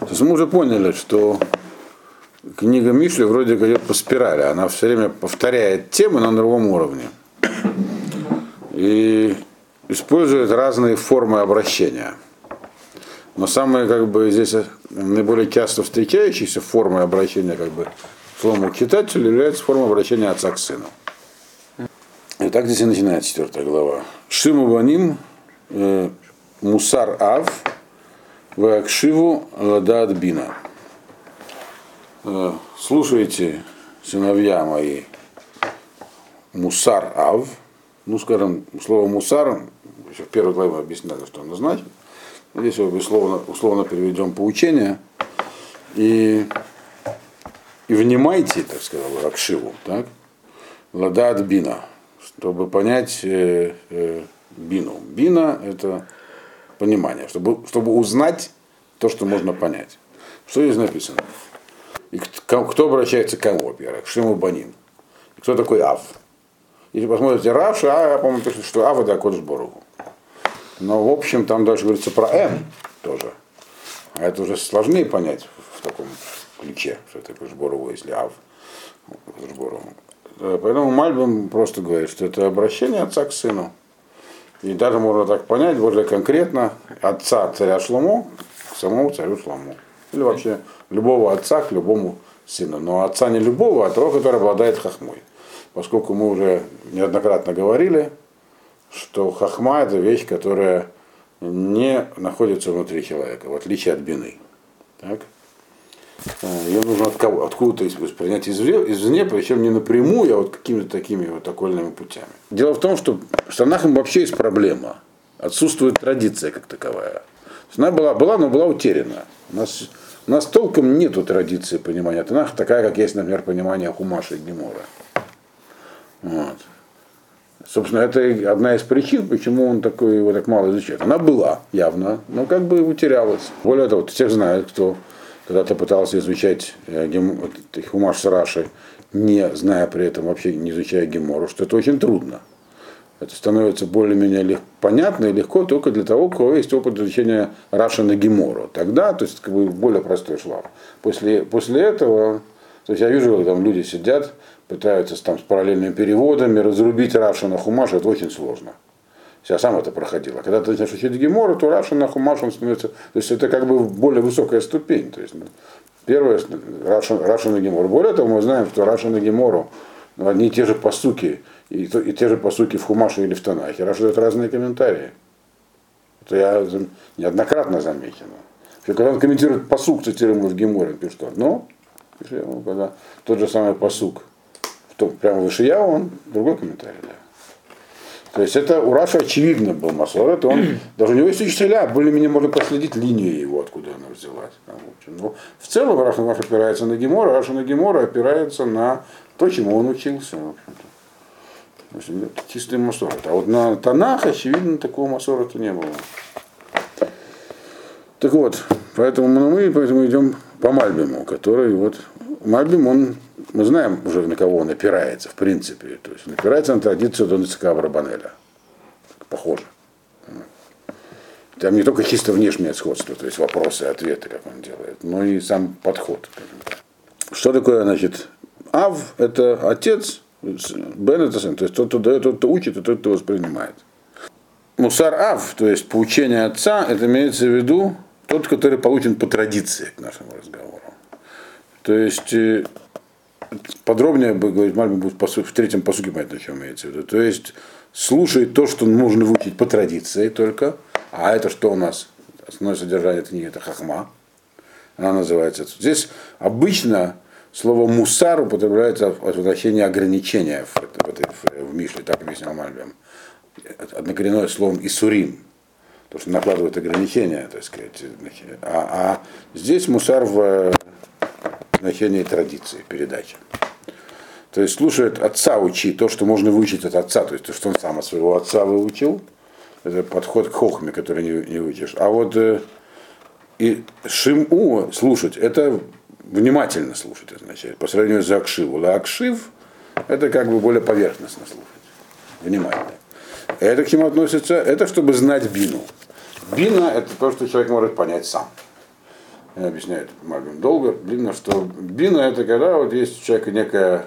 То есть мы уже поняли, что книга Мишли вроде как идет по спирали. Она все время повторяет темы на другом уровне. И использует разные формы обращения. Но самые здесь наиболее часто встречающиеся формы обращения к слову читателю является форма обращения отца к сыну. И так здесь и начинается 4 глава. Шиму баним мусар ав вакшиву ладат бина. Слушайте, сыновья мои, мусар ав. Ну, скажем, слово мусар, еще в первой главе мы объясняли, что оно значит. Здесь его условно переведем поучение. И внимайте, так сказал, Ракшиву, так? Ладат бина, чтобы понять бину. Бина это понимание, чтобы узнать то, что можно понять. Что здесь написано? И кто обращается к кому, во-первых? Шиму баним. И кто такой Ав? Если посмотрите Раши, я, по-моему, пишет, что Ав это Кодеш Боругу. Но, в общем, там дальше говорится про М тоже. А это уже сложнее понять в таком ключе, что это Кодеш Боругу, если Ав. Кодеш Боругу. Поэтому Мальбим просто говорит, что это обращение отца к сыну. И даже можно так понять, более конкретно, отца царя Шломо к самому царю Шломо. Или вообще любого отца к любому сыну. Но отца не любого, а того, который обладает хахмой. Поскольку мы уже неоднократно говорили, что хахма это вещь, которая не находится внутри человека, в отличие от бины. Так? Ее нужно откуда-то принять извне, причем не напрямую, а вот какими-то такими вот окольными путями. Дело в том, что в Танахе вообще есть проблема. Отсутствует традиция как таковая. Она была, но была утеряна. У нас толком нету традиции понимания Танаха, такая, как есть, например, понимание Хумаша и Гемора. Вот. Собственно, это одна из причин, почему он его так мало изучает. Она была явно, но утерялась. Более того, всех знают, кто когда-то пытался изучать Хумаш с Раши, не зная при этом, вообще не изучая Гемору, что это очень трудно. Это становится более-менее понятно и легко только для того, у кого есть опыт изучения Раши на Гемору. Тогда, то есть, более простой шлаф. После этого, то есть я вижу, там люди сидят, пытаются там с параллельными переводами разрубить Раши на Хумаш, это очень сложно. Я сам это проходил. А когда ты начинаешь учить Гемору, то Раши на Хумаш он становится. То есть это более высокая ступень. То есть, первое Раши на Гемору. Более того, мы знаем, что Раши на Гемору одни и те же пасуки, и те же пасуки в Хумаше или в Танахе. Раши дает разные комментарии. Это я неоднократно замечено. Когда он комментирует пасук, цитируемый в Геморе, он пишет одно, когда тот же самый пасук прямо выше я, он другой комментарий. Да. То есть это у Раши очевидно был масорет, он даже у него есть учителя, более-менее можно проследить линию его, откуда она взялась. Но в целом Раши опирается на Гемору, Раши на Гемору опирается на то, чему он учился. В общем, это чистый масорет. А вот на Танах, очевидно, такого масорета не было. Так вот, поэтому мы идем по Мальбиму, который Мальбим, мы знаем уже, на кого он опирается, в принципе. То есть он опирается на традицию Дон Ицхака Барбанеля. Похоже. Там не только чисто внешнее сходство, то есть вопросы и ответы, как он делает, но и сам подход. Что такое, Ав – это отец, Бен – это сын, то есть тот, кто дает, тот, кто учит, и тот, кто воспринимает. Мусар Ав, то есть поучение отца, это имеется в виду тот, который получен по традиции к нашему разговору. То есть подробнее говорить Мальбим будет в третьем пасуке, понятно, о чем имеется в виду. То есть слушает то, что нужно выучить по традиции только, а это что у нас? Основное содержание этой книги это хахма. Она называется. Здесь обычно слово мусар употребляется от значения ограничения в Мишле, так объяснял Мальбим. Однокоренное словом исурим, то, что накладывает ограничения, так сказать. А здесь мусар в значении традиции, передачи. То есть слушает отца учи то, что можно выучить от отца, то есть то, что он сам от своего отца выучил. Это подход к хохме, который не выучишь. А вот и шиму слушать, это внимательно слушать означает, по сравнению с акшиву. А акшив это более поверхностно слушать, внимательно. Это к чему относится? Это чтобы знать бину. Бина это то, что человек может понять сам. объясняет Мальбим долго, длинно, что бина это когда вот есть у человека некая,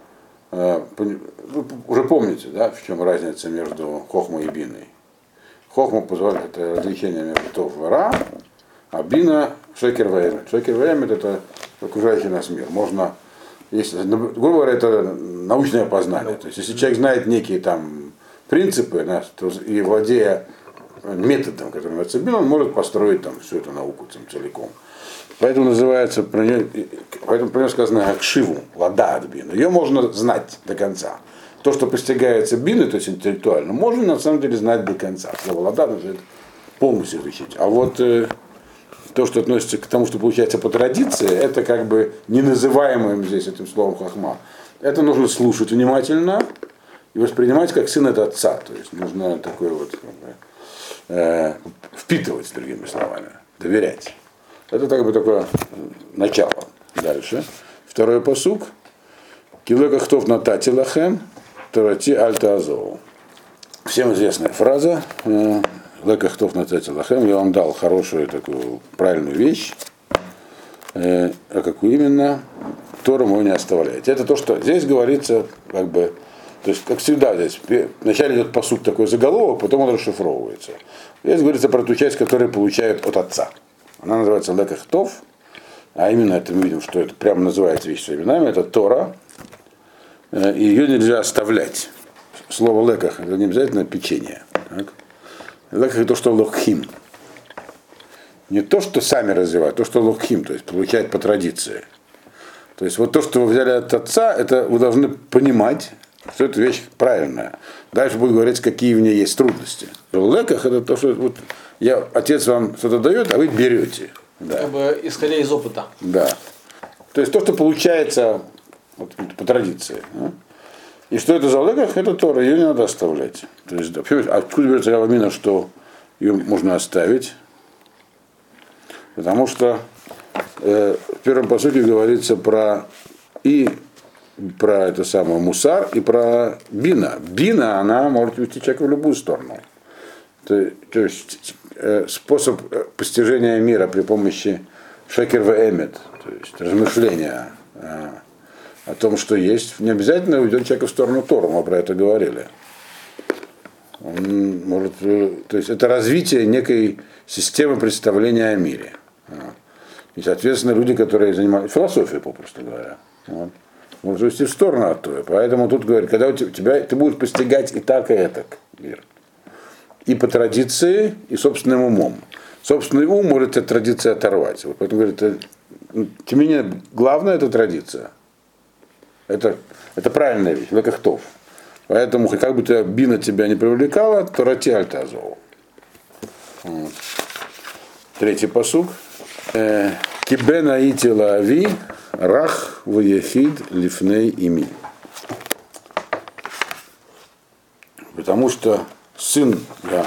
вы уже помните, да, в чем разница между хохмой и биной. Хохма позволяет это различение между тов и ра, а бина шекер ваэмет. Шекер ваэмет это окружающий нас мир. Можно, если, грубо говоря, это научное познание. То есть если человек знает некие там принципы, да, то, и владея методом, который называется бина, он может построить там всю эту науку там, целиком. Поэтому называется, поэтому про нее сказано акшиву, лада от бина. Ее можно знать до конца. То, что постигается биной, то есть интеллектуально, можно на самом деле знать до конца. Слово лада называет полностью изучить. А вот то, что относится к тому, что получается по традиции, это как бы не называемым здесь этим словом хахма. Это нужно слушать внимательно и воспринимать как сын от отца. То есть нужно такое вот как бы, впитывать, другими словами, доверять. Это как бы такое начало. Дальше. Второй пасук. Килека хтов натати лахем, тарати альта азову. Всем известная фраза. Лека хтов натати лахем. Я вам дал хорошую такую правильную вещь. А какую именно? Тору вы не оставляете. Это то, что здесь говорится, как бы, то есть, как всегда, здесь вначале идет пасук такой заголовок, потом он расшифровывается. Здесь говорится про ту часть, которую получают от отца. Она называется лекахтов, а именно это мы видим, что это прямо называется вещь своими именами, это Тора, и ее нельзя оставлять. Слово леках это не обязательно печенье. Так? Леках это то, что лоххим. Не то, что сами развивают, то, что лоххим, то есть получают по традиции. То есть вот то, что вы взяли от отца, это вы должны понимать, что эта вещь правильная. Дальше будет говорить, какие в ней есть трудности. Леках это то, что вот отец вам что-то дает, а вы берете. Да. Как бы исходя из опыта. Да. То есть то, что получается вот, по традиции. Да? И что это за леках, это Тора, ее не надо оставлять. То есть, откуда берется Равамина, что ее можно оставить? Потому что в первом посуде говорится про это самое мусар и про бина. Бина, она может вести человека в любую сторону. То есть способ постижения мира при помощи шекер ваэмет, то есть размышления о том, что есть, не обязательно уйдет человека в сторону Торы, мы про это говорили. Он может, то есть это развитие некой системы представления о мире. И, соответственно, люди, которые занимаются философией, попросту говоря, может вести в сторону от Торы. Поэтому тут говорят, когда у тебя, ты будешь постигать и так, мир. И по традиции, и собственным умом. Собственный ум может от традиции оторвать. Вот поэтому говорит, тем не менее, главное это традиция. Это правильная вещь, лекахтов. Поэтому, как бы бина тебя не привлекала, то рати альтазову. Вот. Третий пасук. Кибен аити лаави рах ваефид лифней ими. Потому что сын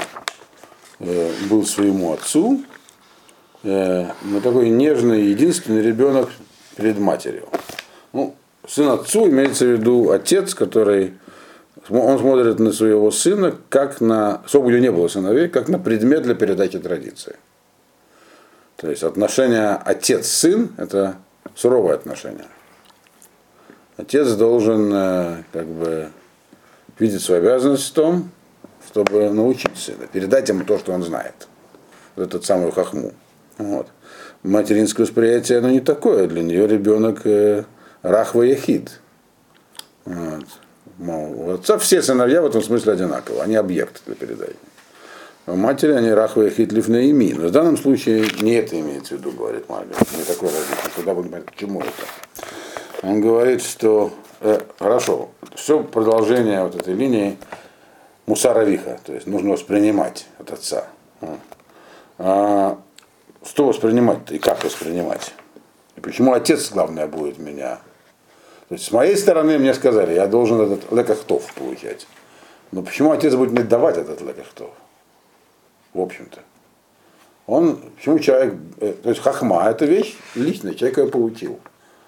был своему отцу, но такой нежный, единственный ребенок перед матерью. Ну, сын отцу имеется в виду отец, который он смотрит на своего сына, как на, сколько у него не было сыновей, как на предмет для передачи традиции. То есть отношение отец-сын – это суровое отношение. Отец должен как бы видеть свою обязанность в том, чтобы научить сына, передать ему то, что он знает. Вот этот самый хахму. Вот. Материнское восприятие, оно не такое. Для нее ребенок рахва яхид. Вот. У отца все сыновья в этом смысле одинаковы. Они объект для передачи. А у матери они рахва яхид лифней ими. Но в данном случае не это имеется в виду, говорит Мальбим. Не такое развитие. Куда будем понять, почему это. Он говорит, что хорошо, все продолжение вот этой линии мусаравиха, то есть нужно воспринимать от отца. А что воспринимать-то и как воспринимать? И почему отец, главное, будет меня? То есть с моей стороны мне сказали, я должен этот лекахтов получать. Но почему отец будет мне давать этот лекахтов? В общем-то. Почему человек, то есть хахма, это вещь личная, человек ее получил.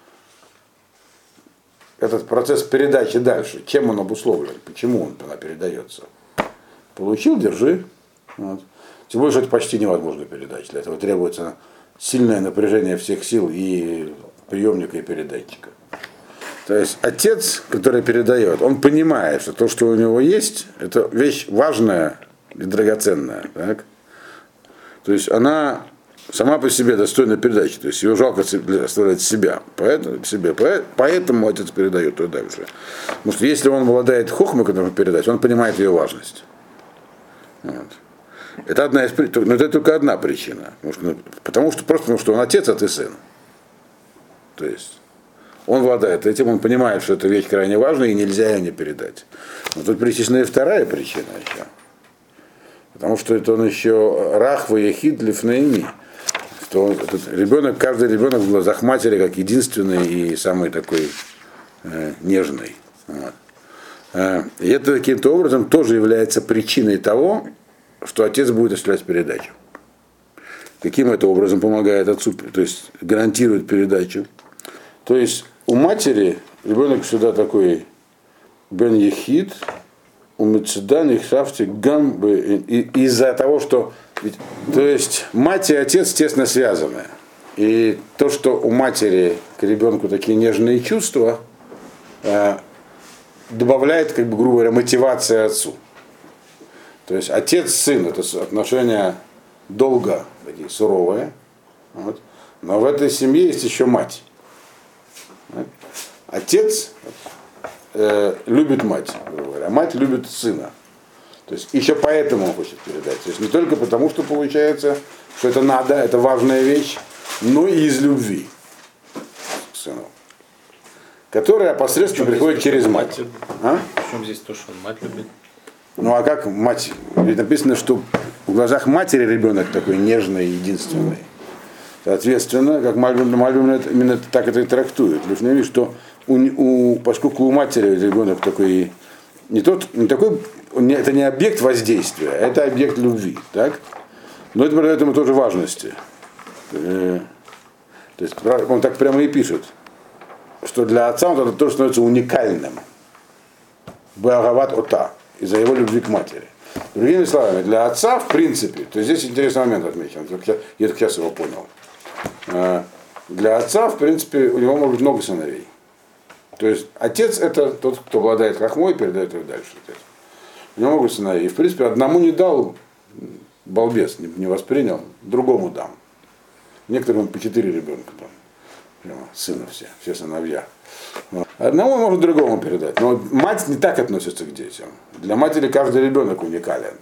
Этот процесс передачи дальше, чем он обусловлен, почему она передается. Получил, держи. Вот. Тем более, что это почти невозможно передать. Для этого требуется сильное напряжение всех сил и приемника, и передатчика. То есть отец, который передает, он понимает, что то, что у него есть, это вещь важная и драгоценная. Так? То есть она сама по себе достойна передачи. То есть ее жалко оставлять себя. Поэтому отец передает ее дальше. Потому что если он обладает хохмой, которую передать, он понимает ее важность. Вот. Это одна из причин. Но это только одна причина. Потому что он отец, а ты сын. То есть он владает этим, он понимает, что эта вещь крайне важна и нельзя ее не передать. Но тут причина и вторая причина еще. Потому что это он еще рахва яхид лифнейми. Что этот ребенок, каждый ребенок в глазах матери как единственный и самый такой нежный. Вот. И это каким-то образом тоже является причиной того, что отец будет осуществлять передачу. Каким это образом помогает отцу, то есть гарантирует передачу. То есть у матери ребенок всегда такой бен ехид, у мецедан их шафти гамбы, из-за того, что то есть мать и отец тесно связаны. И то, что у матери к ребенку такие нежные чувства, добавляет, как бы, грубо говоря, мотивация отцу. То есть отец-сын это отношения долго такие суровые. Вот. Но в этой семье есть еще мать. Отец любит мать, грубо говоря, а мать любит сына. То есть еще поэтому он хочет передать. То есть не только потому, что получается, что это надо, это важная вещь, но и из любви к сыну, которая посредственно приходит через мать. Причем здесь то, что он мать любит? Ну а как мать? Ведь написано, что в глазах матери ребенок такой нежный, единственный. Соответственно, как Мальбим именно так это и трактует. Что поскольку у матери ребенок такой это не объект воздействия, это объект любви. Так? Но это придает ему тоже важности. То есть он так прямо и пишет, что для отца он это тоже становится уникальным. Багават ота, из-за его любви к матери. Другими словами, для отца, в принципе, то есть здесь интересный момент отмечен, я только сейчас его понял. Для отца, в принципе, у него может быть много сыновей. То есть отец это тот, кто обладает хохмой и передает ее дальше. У него много сыновей. И, в принципе, одному не дал, балбес, не воспринял, другому дам. Некоторым по 4 ребенка там. Прямо сына все сыновья. Одному может другому передать. Но мать не так относится к детям. Для матери каждый ребенок уникален.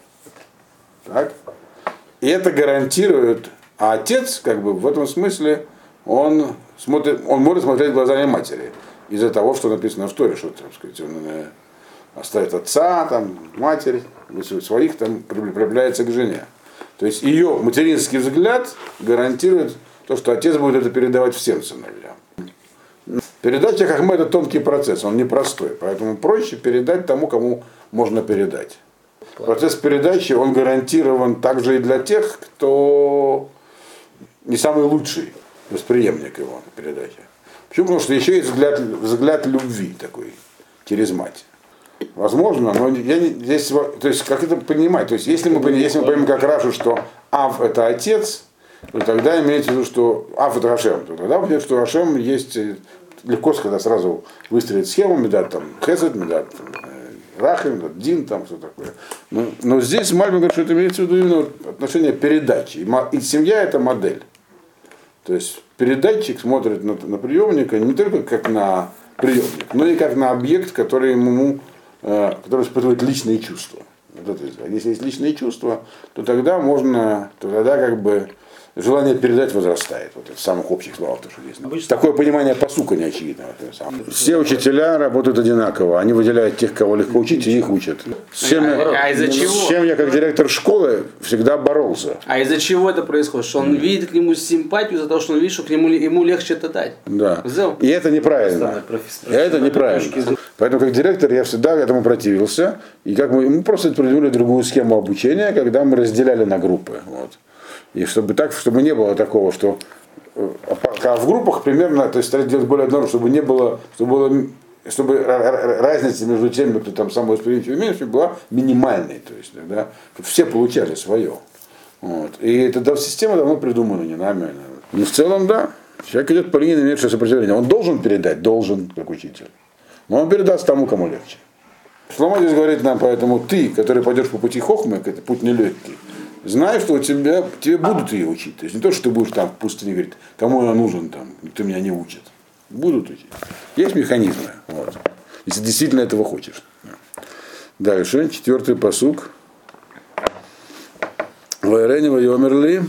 Так? И это гарантирует, а отец, как бы в этом смысле, он может смотреть глазами матери. Из-за того, что написано в Торе, что, так сказать, он оставит отца, там, матерь, своих там прибавляется к жене. То есть ее материнский взгляд гарантирует то, что отец будет это передавать всем сыновьям. Передача хохмы это тонкий процесс, он непростой, поэтому проще передать тому, кому можно передать. Процесс передачи, он гарантирован также и для тех, кто не самый лучший восприемник его передачи. Почему? Потому что еще есть взгляд любви такой, через мать. Возможно, но здесь, то есть как это понимать? То есть если мы поймем как Рашу, что Ав это отец, то тогда имеется в виду, что Ав это Рашем, то тогда будет, что Рашем есть, легко когда сразу выстроить схему, медат там Хесед, медат Рахим, медат Дин, там что такое. Но здесь Мальбим говорит, что это имеется в виду именно отношение передачи. И семья это модель. То есть передатчик смотрит на приемника не только как на приемник, но и как на объект, который испытывает личные чувства. Вот это, если есть личные чувства, то тогда как бы желание передать возрастает. Вот в самых общих словах, то, что есть. Такое понимание посука не очевидно. Все учителя работают одинаково. Они выделяют тех, кого легко учить, и их учат. С чем я, как директор школы, всегда боролся. А из-за чего это происходит? Что он видит к нему симпатию за то, что он видит, что ему легче это дать. Да. И это неправильно. Это неправильно. Поэтому, как директор, я всегда этому противился. И как мы просто придумали другую схему обучения, когда мы разделяли на группы. Вот. И чтобы не было такого, что в группах примерно, то есть старались делать более одного, чтобы разница между теми, кто там самовосприимчивый и меньше, была минимальной. То есть, да, чтобы все получали свое. Вот. И эта система давно придумана не нами, Ну, в целом, да. Человек идет по линии наименьшего сопротивления. Он должен передать, должен, как учитель. Но он передаст тому, кому легче. Шломо здесь говорит нам, поэтому ты, который пойдешь по пути хохмы, это путь нелегкий, знай, что тебе будут ее учить. То есть не то, что ты будешь там в пустыне говорить, кому я нужен, там, никто меня не учит. Будут учить. Есть механизмы. Вот. Если действительно этого хочешь. Дальше, 4-й пасук. Вайрени вайомерли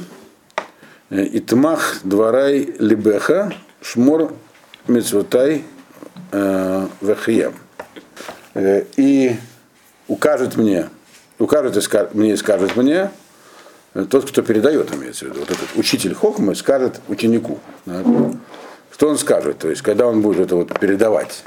итмах дворай либеха шмор мецвотай вахьем. И укажет мне и скажет мне, тот, кто передает, имеется в виду, вот этот учитель хохмы скажет ученику. Да? Что он скажет, то есть, когда он будет это вот передавать.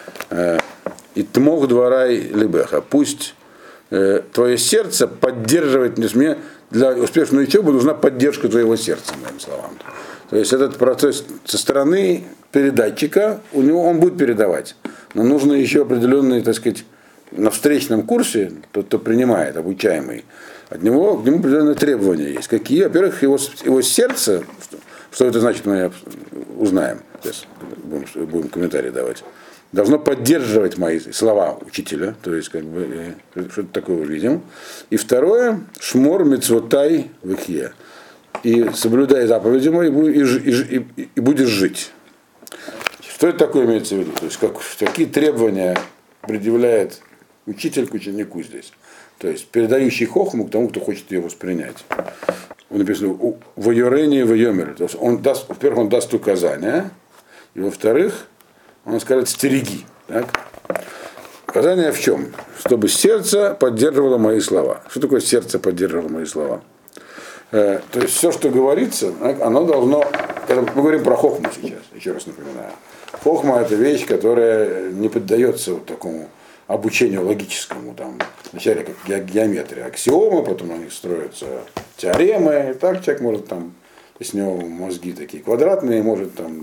И тмох дворай либеха. Пусть твое сердце поддерживает, мне для успешной учебы нужна поддержка твоего сердца, моим словам. То есть этот процесс со стороны передатчика, у него он будет передавать. Но нужно еще определенные, так сказать, на встречном курсе, тот, кто принимает, обучаемый, к нему определенные требования есть. Какие? Во-первых, его сердце, что это значит, мы узнаем, сейчас будем комментарии давать, должно поддерживать мои слова учителя, то есть, как бы, что-то такое увидим. И второе, шмор мецвотай вихье. И соблюдай заповеди мои, и будешь жить. Что это такое имеется в виду? То есть, какие требования предъявляет учитель к ученику здесь? То есть, передающий хохму к тому, кто хочет ее воспринять. Написано, в йорении в йомере. То есть, во-первых, он даст указания, и во-вторых, он скажет, стереги. Так? Указание в чем? Чтобы сердце поддерживало мои слова. Что такое сердце поддерживало мои слова? То есть все, что говорится, оно должно, мы говорим про хохму сейчас, еще раз напоминаю. Хохма — это вещь, которая не поддается вот такому обучению логическому. Там, вначале как геометрия, аксиомы, потом на них строятся теоремы, и так человек может там, с него мозги такие квадратные, может там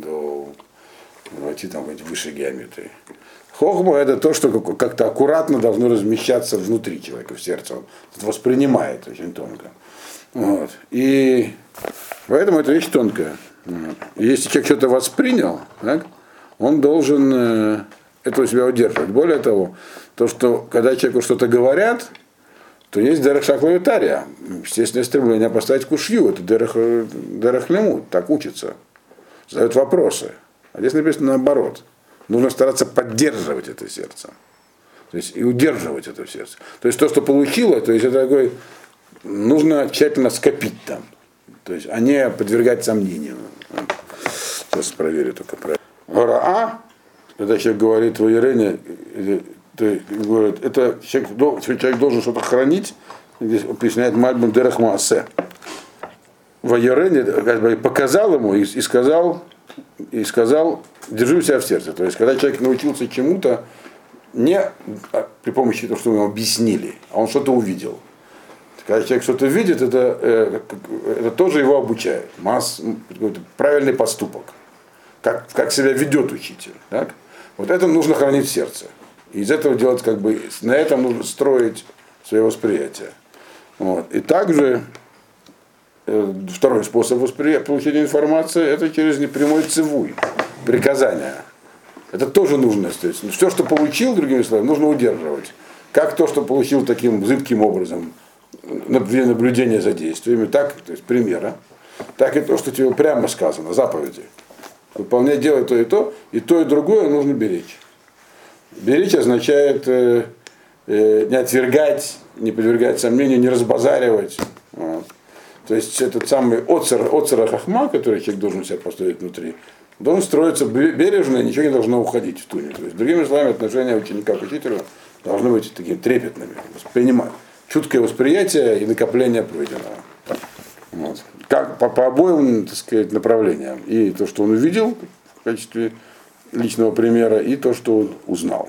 войти там в высшей геометрии. Хохма — это то, что как-то аккуратно должно размещаться внутри человека, в сердце. Он воспринимает очень тонко. Вот. И поэтому это вещь тонкая. Если человек что-то воспринял, так, он должен это у себя удерживать. Более того, то, что когда человеку что-то говорят, то есть дерех шаклавитария, естественное стремление поставить кушью, это дерех лимут, так учится, задают вопросы. А здесь написано наоборот. Нужно стараться поддерживать это сердце. То есть и удерживать это в сердце. То есть то, что получило, то есть это такой, нужно тщательно скопить там. То есть, а не подвергать сомнению. Сейчас проверю только правильно. Гора, когда человек говорит в Иерене, это человек должен что-то хранить, здесь объясняет Мальбим Дерех Маасе. В Иерене как бы показал ему и сказал, держи у себя в сердце. То есть, когда человек научился чему-то, не при помощи того, что ему объяснили, а он что-то увидел. Когда человек что-то видит, это тоже его обучает. Правильный поступок. Как себя ведет учитель. Так? Вот это нужно хранить в сердце. И из этого делать, как бы, на этом нужно строить свое восприятие. Вот. И также второй способ получения информации — это через непрямой цивуй, приказание. Это тоже нужно. То есть, все, что получил, другими словами, нужно удерживать. Как то, что получил таким зыбким образом, наблюдение за действиями, так, то есть примера, так и то, что тебе прямо сказано, заповеди. Выполнять, делать то, и другое нужно беречь. Беречь означает не отвергать, не подвергать сомнению, не разбазаривать. Вот. То есть этот самый оцера хахма, который человек должен себя построить внутри, должен строиться бережно, и ничего не должно уходить в туне. То есть, другими словами, отношения ученика к учителю должны быть такими трепетными, воспринимать. Чуткое восприятие и накопление пройденного. Вот. Как по обоим, так сказать, направлениям. И то, что он увидел в качестве личного примера, и то, что он узнал.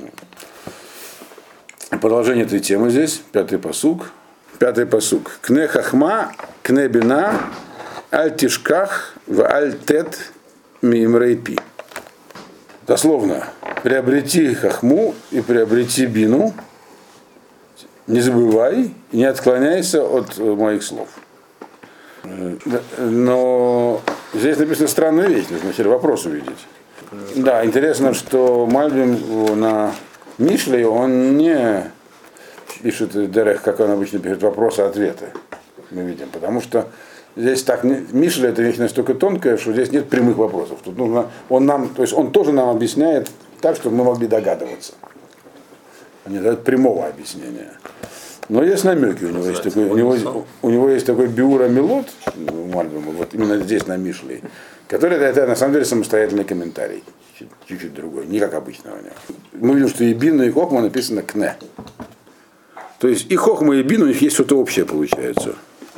Продолжение этой темы здесь, 5-й пасук. 5-й пасук. Кне хахма, кне бина, аль тишках, в аль тет мимрейпи. Дословно. Приобрети хахму и приобрети бину. Не забывай и не отклоняйся от моих слов. Но Здесь написано странная вещь, нужно сначала вопрос увидеть. Да, интересно, что Мальбим на Мишле, он не пишет Дерех, как он обычно пишет, вопросы-ответы. Мы видим, потому что здесь так, Мишля это вещь настолько тонкая, что здесь нет прямых вопросов. Тут нужно, то есть он тоже нам объясняет так, чтобы мы могли догадываться. А не дает прямого объяснения. Но есть намеки, у него есть такой биура мелот, вот именно здесь на Мишле, который это на самом деле самостоятельный комментарий, чуть-чуть другой, не как обычно у него. Мы видим, что и Бина, и Хохма написано кне. То есть и Хохма, и Бин, у них есть что-то общее получается.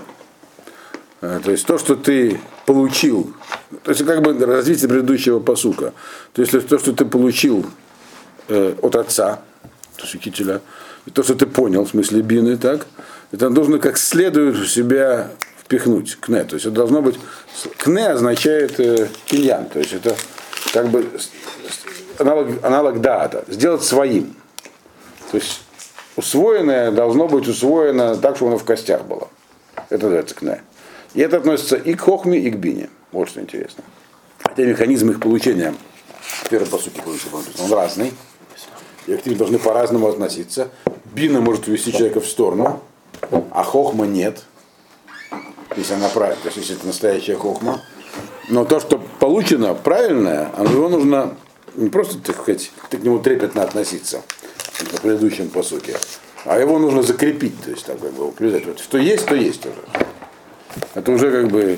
То есть то, что ты получил, то есть как бы развитие предыдущего пасука. То есть то, что ты получил от отца, то есть учителя, и то, что ты понял, в смысле бины, так, это нужно как следует в себя впихнуть, кне. То есть это должно быть, кне означает киньян, то есть это как бы аналог даата, сделать своим. То есть усвоенное должно быть усвоено так, чтобы оно в костях было. Это называется кне. И это относится и к хохме, и к бине. Вот что интересно. Хотя механизм их получения, в первом посуке он разный. И к ним должны по-разному относиться. Бина может увести человека в сторону, а хохма нет. Если она правильная, то есть если это настоящая хохма. Но то, что получено правильное, его нужно не просто, так сказать, к нему трепетно относиться, как в предыдущем посуке, а его нужно закрепить, то есть так как бы привязать. Вот, что есть, то есть уже. Это уже как бы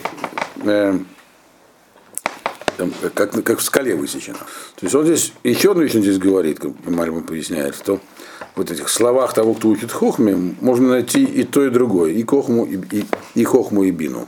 как в скале высечено. То есть он здесь, еще одну вещь он здесь говорит, как Мальбим поясняет, что вот этих словах того, кто учит хохме, можно найти и то, и другое, и хохму, и хохму, и бину.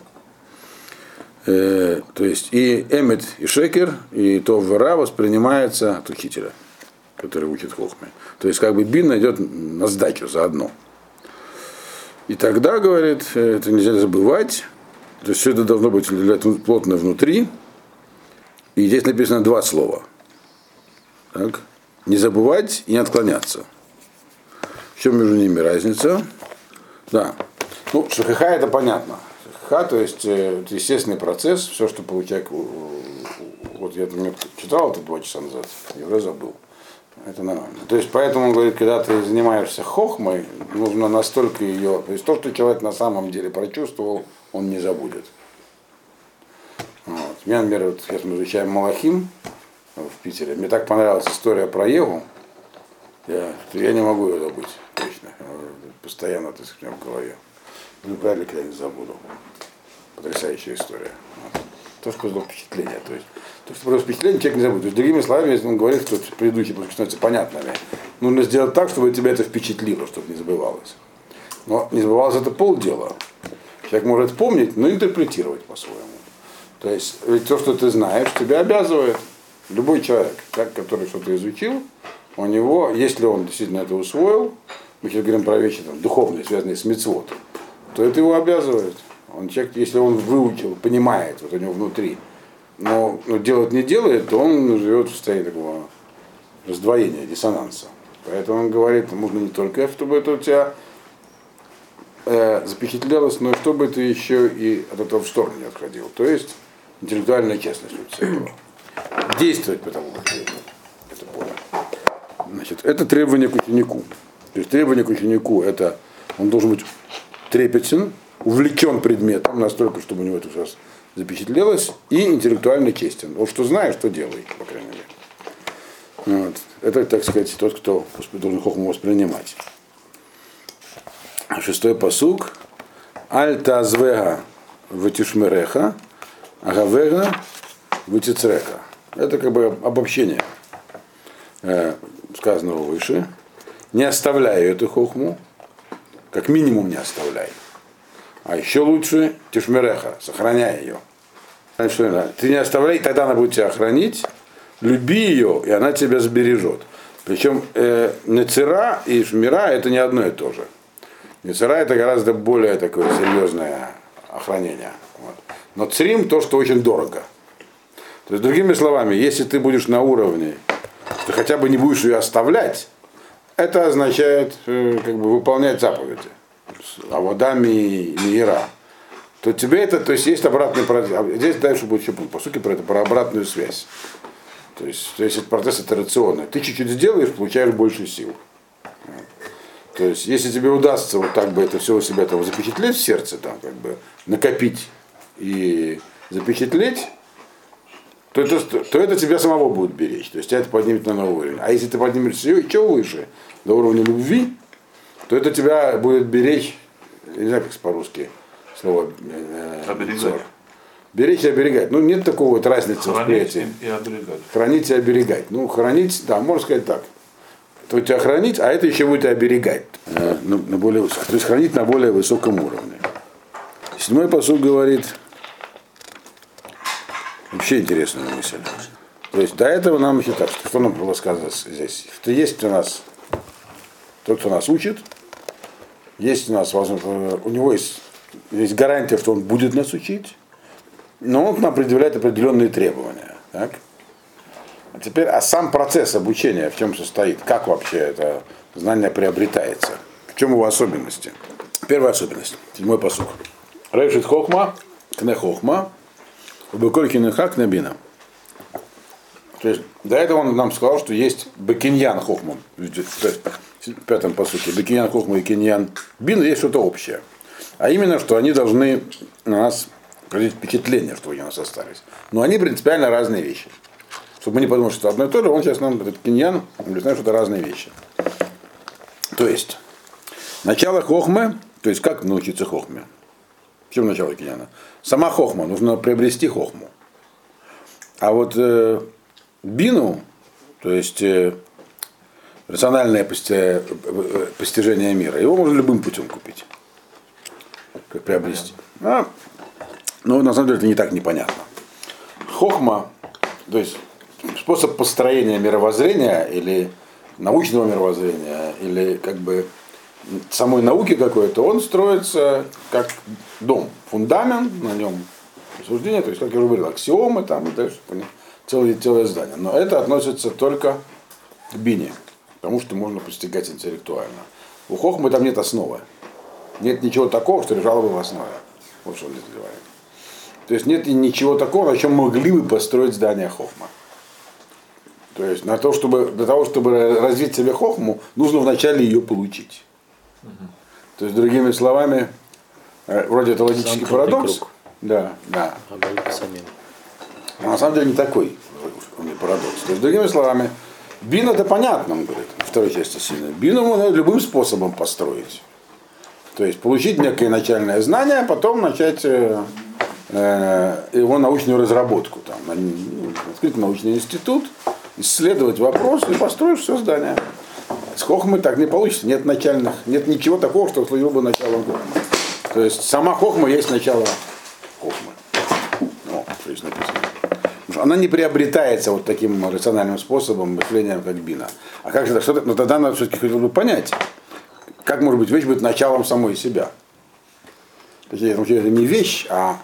То есть и эмет, и шекер, и то вера воспринимается от учителя, который учит хохме. То есть как бы бина идет на сдачу заодно. И тогда, говорит, это нельзя забывать, то есть все это должно быть плотно внутри. И здесь написано два слова. Так. Не забывать и не отклоняться. В чем между ними разница? Да. Ну, шахиха это понятно. Шахиха, то есть это естественный процесс, все, что получает. Вот я читал это 2 часа назад, я уже забыл. Это нормально. То есть поэтому он говорит, когда ты занимаешься хохмой, нужно настолько ее. То есть то, что человек на самом деле прочувствовал, он не забудет. Вот. Мне, например, вот, сейчас мы изучаем Малахим в Питере. Мне так понравилась история про Еву. Я не могу ее забыть точно. Постоянно это у меня в голове. Ну, правильно, когда не забуду. Потрясающая история. Вот. То, что произвело впечатление. То есть, то, что произвело впечатление, человек не забудет. То есть, другими словами, если он говорит, что предыдущие становятся понятными, нужно сделать так, чтобы тебя это впечатлило, чтобы не забывалось. Но не забывалось это полдела. Человек может помнить, но интерпретировать по-своему. То есть, ведь то, что ты знаешь, тебя обязывает. Любой человек, который что-то изучил, у него, если он действительно это усвоил, мы сейчас говорим про вещи там, духовные, связанные с мицвот, то это его обязывает. Человек, если он выучил, понимает, вот у него внутри, но делать не делает, то он живет в состоянии такого раздвоения, диссонанса. Поэтому он говорит, нужно не только, чтобы это у тебя запечатлелось, но и чтобы ты еще и от этого в сторону не отходил. То есть интеллектуальная честность у тебя была. Действовать потому, как ты это понял. Значит, это требование к ученику. То есть требование к ученику, это он должен быть трепетен, увлечен предметом настолько, чтобы у него это сейчас запечатлелось, и интеллектуально честен. Вот что знаешь, то делай, по крайней мере. Вот. Это, так сказать, тот, кто должен хохму воспринимать. 6-й пасук. Аль тазвега ватишмереха, агавега ватицрека. Это как бы обобщение сказанного выше. Не оставляй эту хохму, как минимум не оставляй. А еще лучше тишмереха, сохраняй ее. Ты не оставляй, тогда она будет тебя хранить, люби ее, и она тебя сбережет. Причем нецера и шмира это не одно и то же. Нецера это гораздо более такое серьезное охранение. Вот. Но црим то, что очень дорого. То есть, другими словами, если ты будешь на уровне, ты хотя бы не будешь ее оставлять, это означает как бы выполнять заповеди. Аводами мира. то тебе это, то есть есть обратный процесс. Здесь дальше будет еще по сути про это, про обратную связь. То есть этот процесс итерационный. Ты чуть-чуть сделаешь, получаешь больше сил. То есть, если тебе удастся вот так бы это все у себя там запечатлеть в сердце, там, как бы, накопить и запечатлеть, то это тебя самого будет беречь. То есть тебя это поднимет на новый уровень. А если ты поднимешься еще выше, до уровня любви, то это тебя будет беречь, не знаю, как по-русски слово Оберегать. Беречь и оберегать. Ну, нет такого вот разницы восприятия. И оберегать. Хранить и оберегать. Ну, хранить, да, можно сказать так. То тебя хранить, а это еще будет и оберегать. То есть хранить на более высоком уровне. 7-й посуд говорит вообще интересную мысль. То есть до этого нам еще так, что нам было сказано здесь? Что есть у нас тот, кто нас учит, есть у нас, у него есть гарантия, что он будет нас учить, но он нам предъявляет определенные требования. Так? А сам процесс обучения в чем состоит? Как вообще это знание приобретается? В чем его особенности? Первая особенность. 7-й пасук. Решит хохма, кне хохма, беколь кинеха кне бина. То есть до этого он нам сказал, что есть бекиньян хохма. В 5-м пасуке. Бекиньян хохма и киньян бина есть что-то общее. А именно, что они должны на нас произвести впечатление, что они у нас остались. Но они принципиально разные вещи. Чтобы мы не подумали, что это одно и то же, он сейчас нам, этот киньян, объясняет, что это разные вещи. То есть, начало хохмы, то есть как научиться хохме? В чем начало киньяна? Сама хохма, нужно приобрести хохму. А вот бину, то есть рациональное постижение мира, его можно любым путем купить. Как приобрести. Но на самом деле это не так непонятно. Хохма, то есть способ построения мировоззрения или научного мировоззрения, или как бы самой науки какой-то, он строится как дом, фундамент, на нем суждение, то есть, как я уже говорил, аксиомы там и дальше целое здание. Но это относится только к бине, потому что можно постигать интеллектуально. У хохмы там нет основы. Нет ничего такого, что лежало бы в основе. Вот что он здесь говорит. То есть нет ничего такого, на чем могли бы построить здание хохма. То есть для того, чтобы развить в себе хохму, нужно вначале ее получить. То есть, другими словами, вроде это логический парадокс. Круг. Да. А только самим. Но на самом деле не такой парадокс. То есть, другими словами, бин это понятно, он говорит, во второй части сильно. Бину можно любым способом построить. То есть получить некое начальное знание, а потом начать его научную разработку. Там, открыть научный институт, исследовать вопрос и построить все здание. С хохмой так не получится. Нет ничего такого, что служило бы началом хохмы. То есть сама хохма есть начало хохмы. Что здесь написано. Она не приобретается вот таким рациональным способом мышления, как бина. А как же это? Но тогда надо все-таки хотел бы понять, как может быть вещь быть началом самой себя. Точнее, это не вещь, а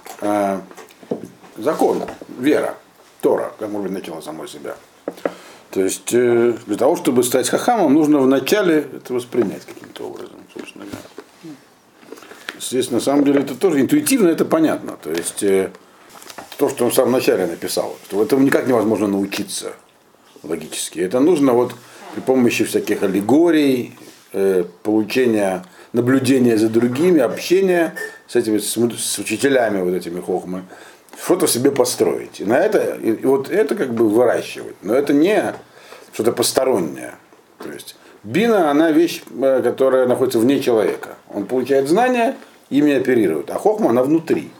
закон, вера, Тора, как может быть начало самой себя. То есть для того, чтобы стать хахамом, нужно вначале это воспринять каким-то образом, собственно говоря. Здесь на самом деле это тоже интуитивно, это понятно. То есть то, что он в самом начале написал, что этому никак невозможно научиться логически. Это нужно вот при помощи всяких аллегорий, получения, наблюдения за другими, общения с учителями вот этими хохмы, что-то себе построить. И на это, и вот это как бы выращивать. Но это не что-то постороннее. То есть бина, она вещь, которая находится вне человека. Он получает знания, ими оперирует. А хохма, она внутри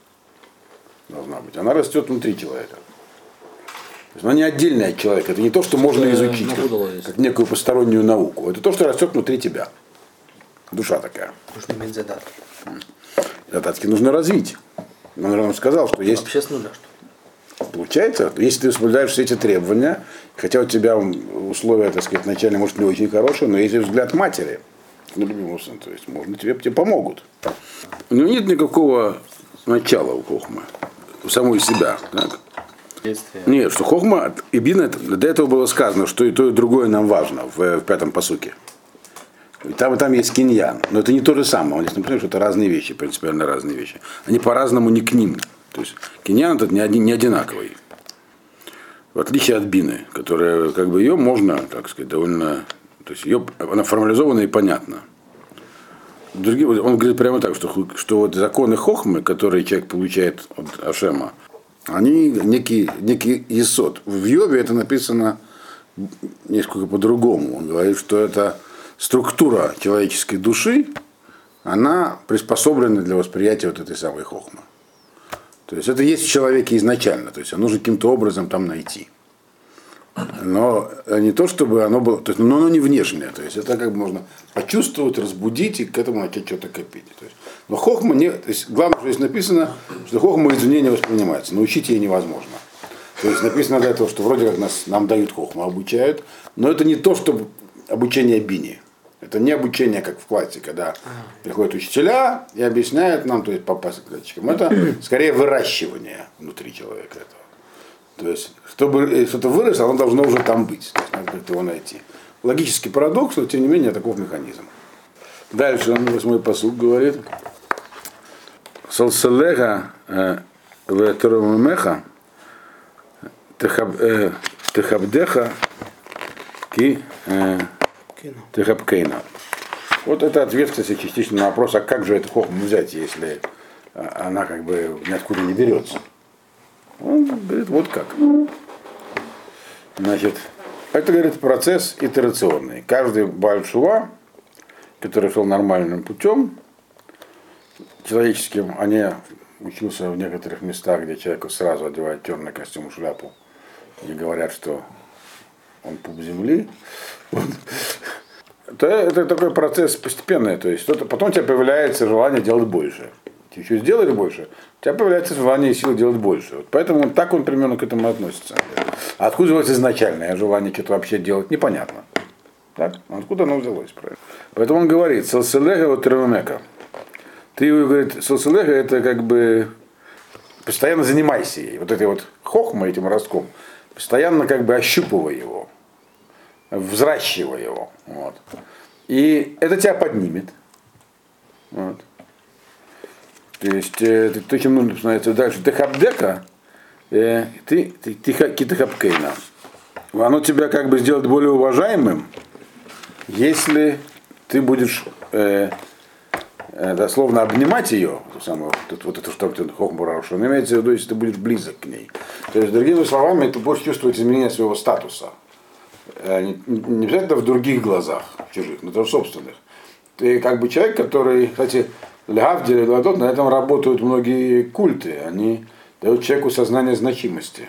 должна быть. Она растет внутри человека. То есть она не отдельная от человека. Это не то, что можно изучить, как некую постороннюю науку. Это то, что растет внутри тебя. Душа такая. Нужно иметь задатки. Задатки нужно развить. Он нам сказал, что есть... Вообще с нуля, что? Получается, если ты соблюдаешь все эти требования, хотя у тебя условия, так сказать, начальные, может, не очень хорошие, но есть взгляд матери на любимого сына, то есть можно тебе помогут. Но нет никакого начала у хохмы, у самой себя. Так? Нет, что хохма и бина, до этого было сказано, что и то, и другое нам важно в 5-м пасуке. И там есть киньян. Но это не то же самое. Он здесь написано, что это разные вещи, принципиально разные вещи. Они по-разному не к ним. То есть киньян этот не одинаковый. В отличие от бины, которая, как бы, ее можно, так сказать, довольно. То есть она формализована и понятна. Он говорит прямо так, что вот законы хохмы, которые человек получает от Ашема, они некий есод. В Йове это написано несколько по-другому. Он говорит, что это структура человеческой души, она приспособлена для восприятия вот этой самой хохмы. То есть это есть в человеке изначально, то есть нужно каким-то образом там найти. Но не то, чтобы оно было, то есть, но оно не внешнее, то есть это как бы можно почувствовать, разбудить и к этому начать что-то копить. То есть, но хохма не, то есть главное, что здесь написано, что хохма извне не воспринимается, научить ей невозможно. То есть написано для того, что вроде как нам дают хохму, обучают, но это не то, что обучение бине. Это не обучение, как в классе, когда приходят учителя и объясняют нам, то есть по пасекачкам. Это скорее выращивание внутри человека этого. То есть, чтобы что-то выросло, оно должно уже там быть. То есть надо как-то его найти. Логический парадокс, но тем не менее таков механизм. Дальше он 8-й пасук говорит. Салселега ветеромемеха техабдеха ки техабкейна. Вот это ответ, кстати, частично на вопрос, а как же эту хохму взять, если она как бы ниоткуда не берется. Он говорит, вот как. Значит, это, говорит, процесс итерационный. Каждый Бааль Тшува, который шел нормальным путем, человеческим, а не учился в некоторых местах, где человеку сразу одевают черный костюм и шляпу, и говорят, что он пуп земли. Это такой процесс постепенный. То есть потом у тебя появляется желание делать больше. Ты еще сделали больше, у тебя появляется желание и сила делать больше. Вот поэтому так он примерно к этому относится. А откуда взялось изначальное желание что-то вообще делать, непонятно. Так? Откуда оно взялось? Правильно? Поэтому он говорит, салселега вот термемека. Ты, говорит, салселега это как бы постоянно занимайся ей. Вот этой вот хохмой, этим ростком, постоянно как бы ощупывай его, взращивай его. Вот. И это тебя поднимет. Вот. То есть, то, чем нужно становиться дальше. Техабдека, ты китахабкейна. Оно тебя как бы сделает более уважаемым, если ты будешь дословно обнимать ее, вот это что хохмурашу, он имеется в виду, если ты будешь близок к ней. То есть, другими словами, ты будешь чувствовать изменение своего статуса. Не обязательно в других глазах, в чужих, но тоже в собственных. Ты как бы человек, который, кстати, Лягавдили, на этом работают многие культы. Они дают человеку сознание значимости.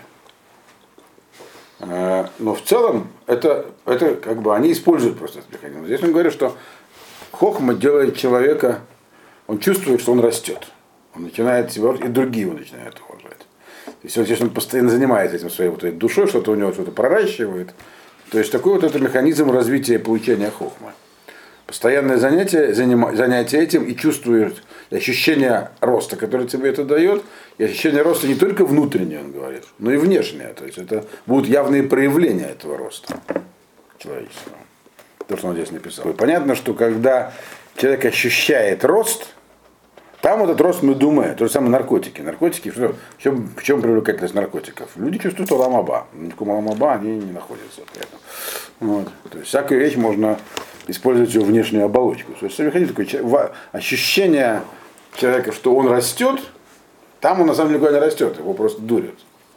Но в целом это как бы они используют просто этот механизм. Здесь он говорит, что хохма делает человека, он чувствует, что он растет. Он начинает себя уважать, и другие его начинают уважать. То есть он постоянно занимается этим своей вот этой душой, что-то у него что-то проращивает. То есть такой вот это механизм развития и получения хохмы. Постоянное занятие этим и чувствуешь ощущение роста, которое тебе это дает, и ощущение роста не только внутреннее, он говорит, но и внешнее. То есть это будут явные проявления этого роста человеческого. То, что он здесь написал. И понятно, что когда человек ощущает рост, там этот рост мы думаем, то же самое наркотики. Наркотики, в чем привлекательность наркотиков? Люди чувствуют Олам Аба. В каком Олам Аба они не находятся. Вот. То есть всякую вещь можно использовать ее внешнюю оболочку. То есть такое ощущение человека, что он растет, там он на самом деле никуда не растет, его просто дурят.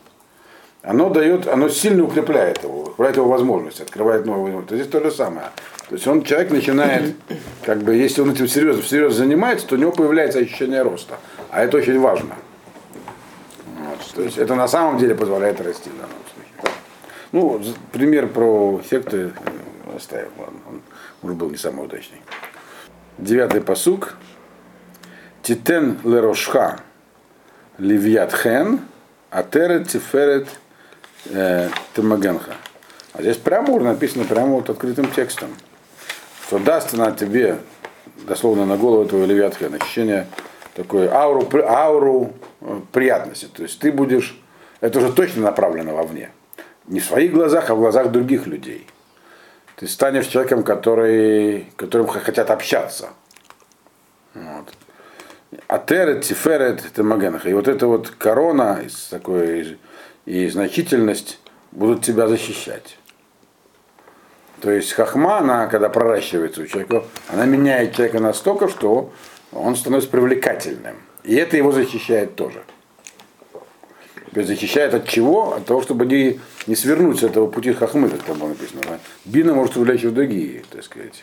Оно сильно укрепляет его возможности, открывает новые возможности. Здесь то же самое. То есть человек начинает, как бы, если он этим всерьез занимается, то у него появляется ощущение роста. А это очень важно. Вот. То есть это на самом деле позволяет расти в данном случае. Ну, пример про секты оставим, ладно. Он может был не самый удачный. 9-й пасук. Титен лерошха ливьят хен, атерет тиферет темагенха. А здесь прямо написано прямо вот открытым текстом, что даст она тебе, дословно на голову твою ливьят хен, ощущение такой ауру приятности. То есть ты будешь, это уже точно направлено вовне. Не в своих глазах, а в глазах других людей. Ты станешь человеком, которым хотят общаться. Вот. Атерет, тиферет, темагенах. И вот эта вот корона и значительность будут тебя защищать. То есть хахма, она, когда проращивается у человека, она меняет человека настолько, что он становится привлекательным. И это его защищает тоже. Защищает от чего? От того, чтобы не свернуть с этого пути хахмы, как там было написано. Да? Бина может увлечь в другие, так сказать,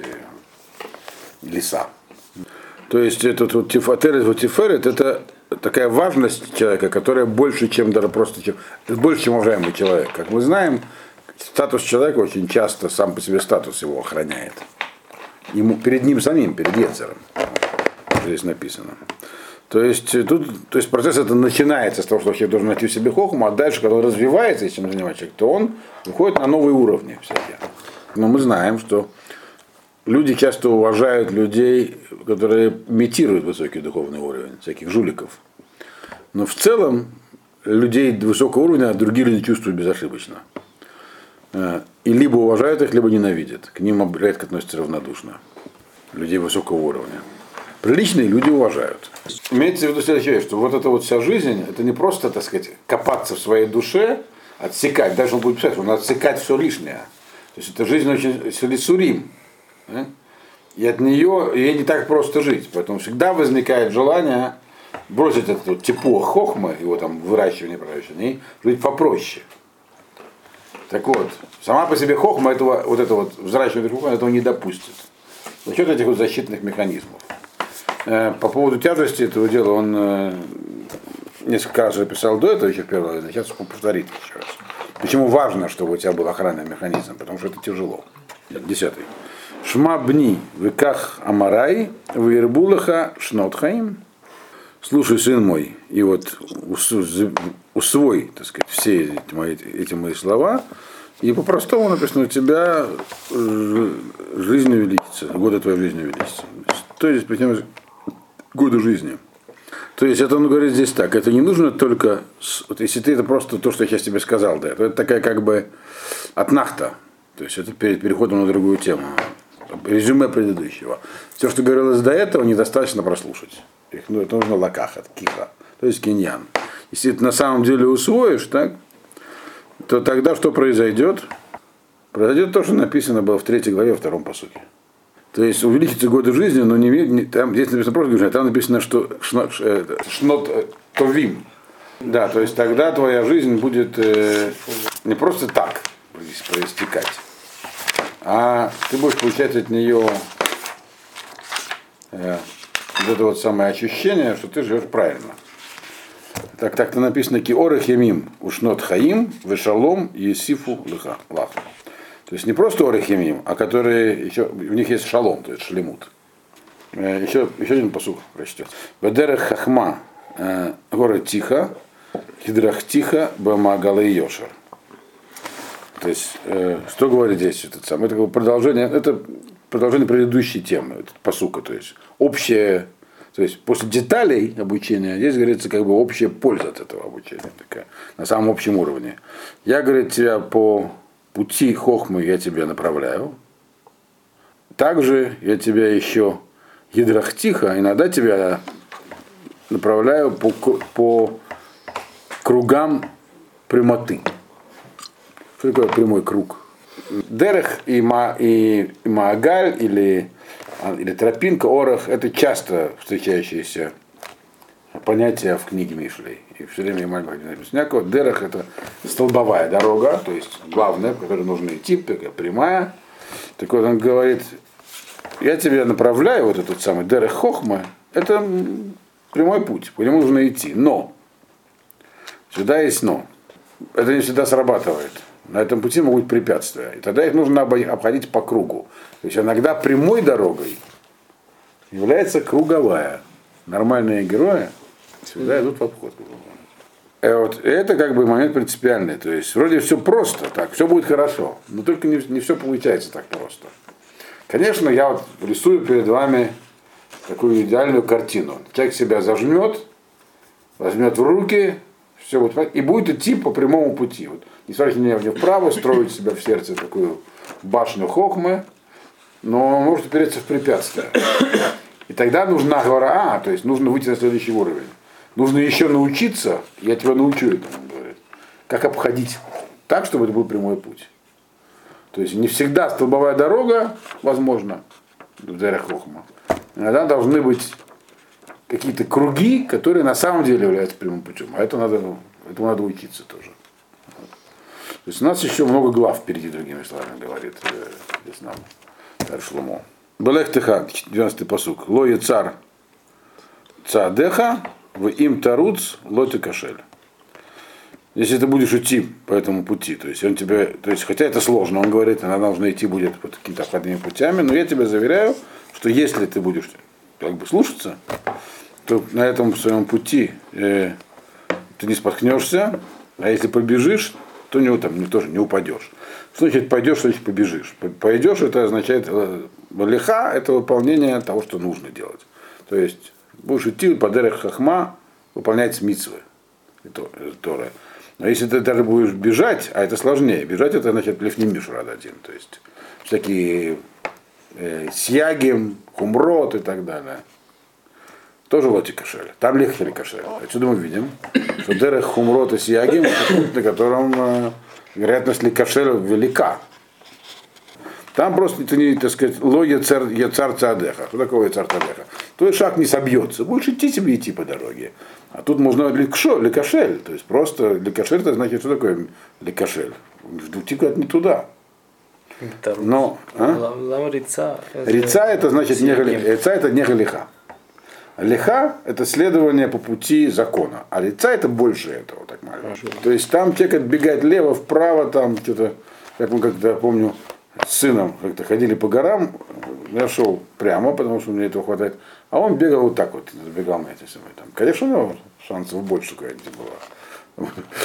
леса. То есть этот вот тиферет, это такая важность человека, которая больше, чем даже просто больше, чем уважаемый человек. Как мы знаем, статус человека очень часто сам по себе статус его охраняет. Перед ним самим, перед Ецером. Здесь написано. То есть процесс это начинается с того, что человек должен найти в себе хохму, а дальше, когда он развивается, если чем занимается человек, то он выходит на новые уровни всякие. Но мы знаем, что люди часто уважают людей, которые имитируют высокий духовный уровень, всяких жуликов. Но в целом людей высокого уровня другие люди чувствуют безошибочно. И либо уважают их, либо ненавидят. К ним редко относятся равнодушно. Людей высокого уровня. Приличные люди уважают. Имеется в виду следующее, что вот эта вот вся жизнь, это не просто, так сказать, копаться в своей душе, отсекать, даже он будет писать, он отсекать все лишнее. То есть эта жизнь очень силисурим. И от нее ей не так просто жить. Поэтому всегда возникает желание бросить это вот тепло хохмы, его там выращивание, и жить попроще. Так вот, сама по себе хохма этого, вот это вот взращивание хохмы этого не допустит. За счет этих вот защитных механизмов. По поводу тяжести этого дела он несколько раз уже писал до этого, еще в первый раз, сейчас он повторит еще раз. Почему важно, чтобы у тебя был охранный механизм, потому что это тяжело. 10. Шма бни веках амарай вирбулаха шнотхаим. Слушай, сын мой, и вот усвой, так сказать, все эти мои слова, и по-простому написано, у тебя жизнь увеличится, годы твоей жизни увеличится. То есть, годы жизни. То есть, это он говорит здесь так, это не нужно только, вот если ты это просто то, что я сейчас тебе сказал, да, то это такая как бы отнахта, то есть это перед переходом на другую тему, резюме предыдущего. Все, что говорилось до этого, недостаточно прослушать. Это нужно лакахат, киха, то есть киньян. Если ты на самом деле усвоишь, так, то тогда что произойдет? Произойдет то, что написано было в 3 главе, во 2 пасуке. То есть увеличится годы жизни, но там здесь написано просто, там написано, что шнот товим. Да, то есть тогда твоя жизнь будет не просто так проистекать, а ты будешь получать от нее вот это вот самое ощущение, что ты живешь правильно. Так-то написано киорах ямим ушнот хаим вешалом есифу лах. То есть не просто орех ямим, а которые еще, в них есть шалом, то есть шлемут. Еще один пасук прочтет. Бедерех хахма горы тихо, хидрах тихо, бамагалы йошер. То есть, что говорит здесь этот самый? Это продолжение предыдущей темы, пасука, то есть общее, то есть после деталей обучения, здесь говорится как бы общая польза от этого обучения, такая, на самом общем уровне. Я, говорит, тебя по пути хохмы я тебя направляю. Также я тебя еще ядрах тихо, иногда тебя направляю по кругам прямоты. Что такое прямой круг? Дерех и Маагаль или тропинка, орах — это часто встречающиеся понятия в книге Мишлей. И все время написано. Дерех — это столбовая дорога, то есть главная, по которой нужно идти, такая прямая. Так вот он говорит, я тебя направляю, вот этот самый Дерех Хохма, это прямой путь, по нему нужно идти. Но, сюда есть но. Это не всегда срабатывает. На этом пути могут быть препятствия. И тогда их нужно обходить по кругу. То есть иногда прямой дорогой является круговая. Нормальные герои всегда идут в обход. И это как бы момент принципиальный. То есть вроде все просто, так, все будет хорошо. Но только не все получается так просто. Конечно, я вот рисую перед вами такую идеальную картину. Человек себя зажмет, возьмет в руки, все будет так, и будет идти по прямому пути. Вот, не смотрите ни вправо, строить себя в сердце такую башню хохмы, но он может упереться в препятствие. И тогда нужна гора, то есть нужно выйти на следующий уровень. Нужно еще научиться, я тебя научу этому, он говорит, как обходить так, чтобы это был прямой путь. То есть не всегда столбовая дорога возможна в Дерех Хохма. Иногда должны быть какие-то круги, которые на самом деле являются прямым путем. А этому надо учиться тоже. То есть у нас еще много глав впереди, другими словами говорит здесь нам царь Шломо. Балех Теха, 12-й пасук. Ло цар цаадеха, в им таруц лоти кашель. Если ты будешь идти по этому пути, то есть он тебе, то есть хотя это сложно, он говорит, она должна идти будет по какими-то обходными путями, но я тебе заверяю, что если ты будешь как бы слушаться, то на этом своем пути ты не споткнешься, а если побежишь, то тоже не упадешь. Что значит пойдешь, что значит побежишь? Пойдешь, это означает леха, это выполнение того, что нужно делать. То есть будешь идти по Дерех Хохма, выполнять мицвы Торы. Но если ты даже будешь бежать, а это сложнее, бежать это значит лифним мишурад один, то есть всякие сьягим, хумрот и так далее. Тоже лоти кашель. Там легче кашель. Отсюда мы видим, что Дерех хумрот и сьягим, на котором вероятность ликашеля велика. Там просто ты не, так сказать, ло яцар цаадеха. Что такое яцар цаадеха? Твой шаг не собьется. Будешь идти себе идти по дороге. А тут можно ликашель. То есть просто ликашель, это значит, что такое ликашель? Идти куда-то не туда. Но, Рица это значит рица это не галиха. Лиха это следование по пути закона. А рица это больше этого, так маленько. То есть там человек отбегает лево, вправо, там что-то, как мы когда помню, с сыном как-то ходили по горам, я шел прямо, потому что мне этого хватает, а он бегал вот так вот, забегал на эти самые там. Конечно, у него шансов больше какая-нибудь была.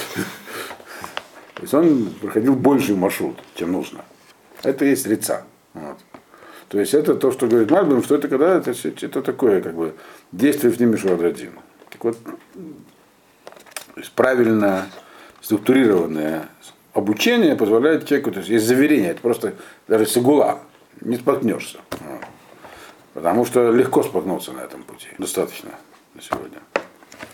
То есть он проходил больший маршрут, чем нужно. Это и есть рица. Вот. То есть это то, что говорит Мальбим, что это когда это такое как бы действие в ними один. Так вот, то есть правильно структурированное обучение позволяет человеку, то есть есть заверение, это просто даже сигула, не споткнешься. Вот. Потому что легко споткнуться на этом пути. Достаточно на сегодня.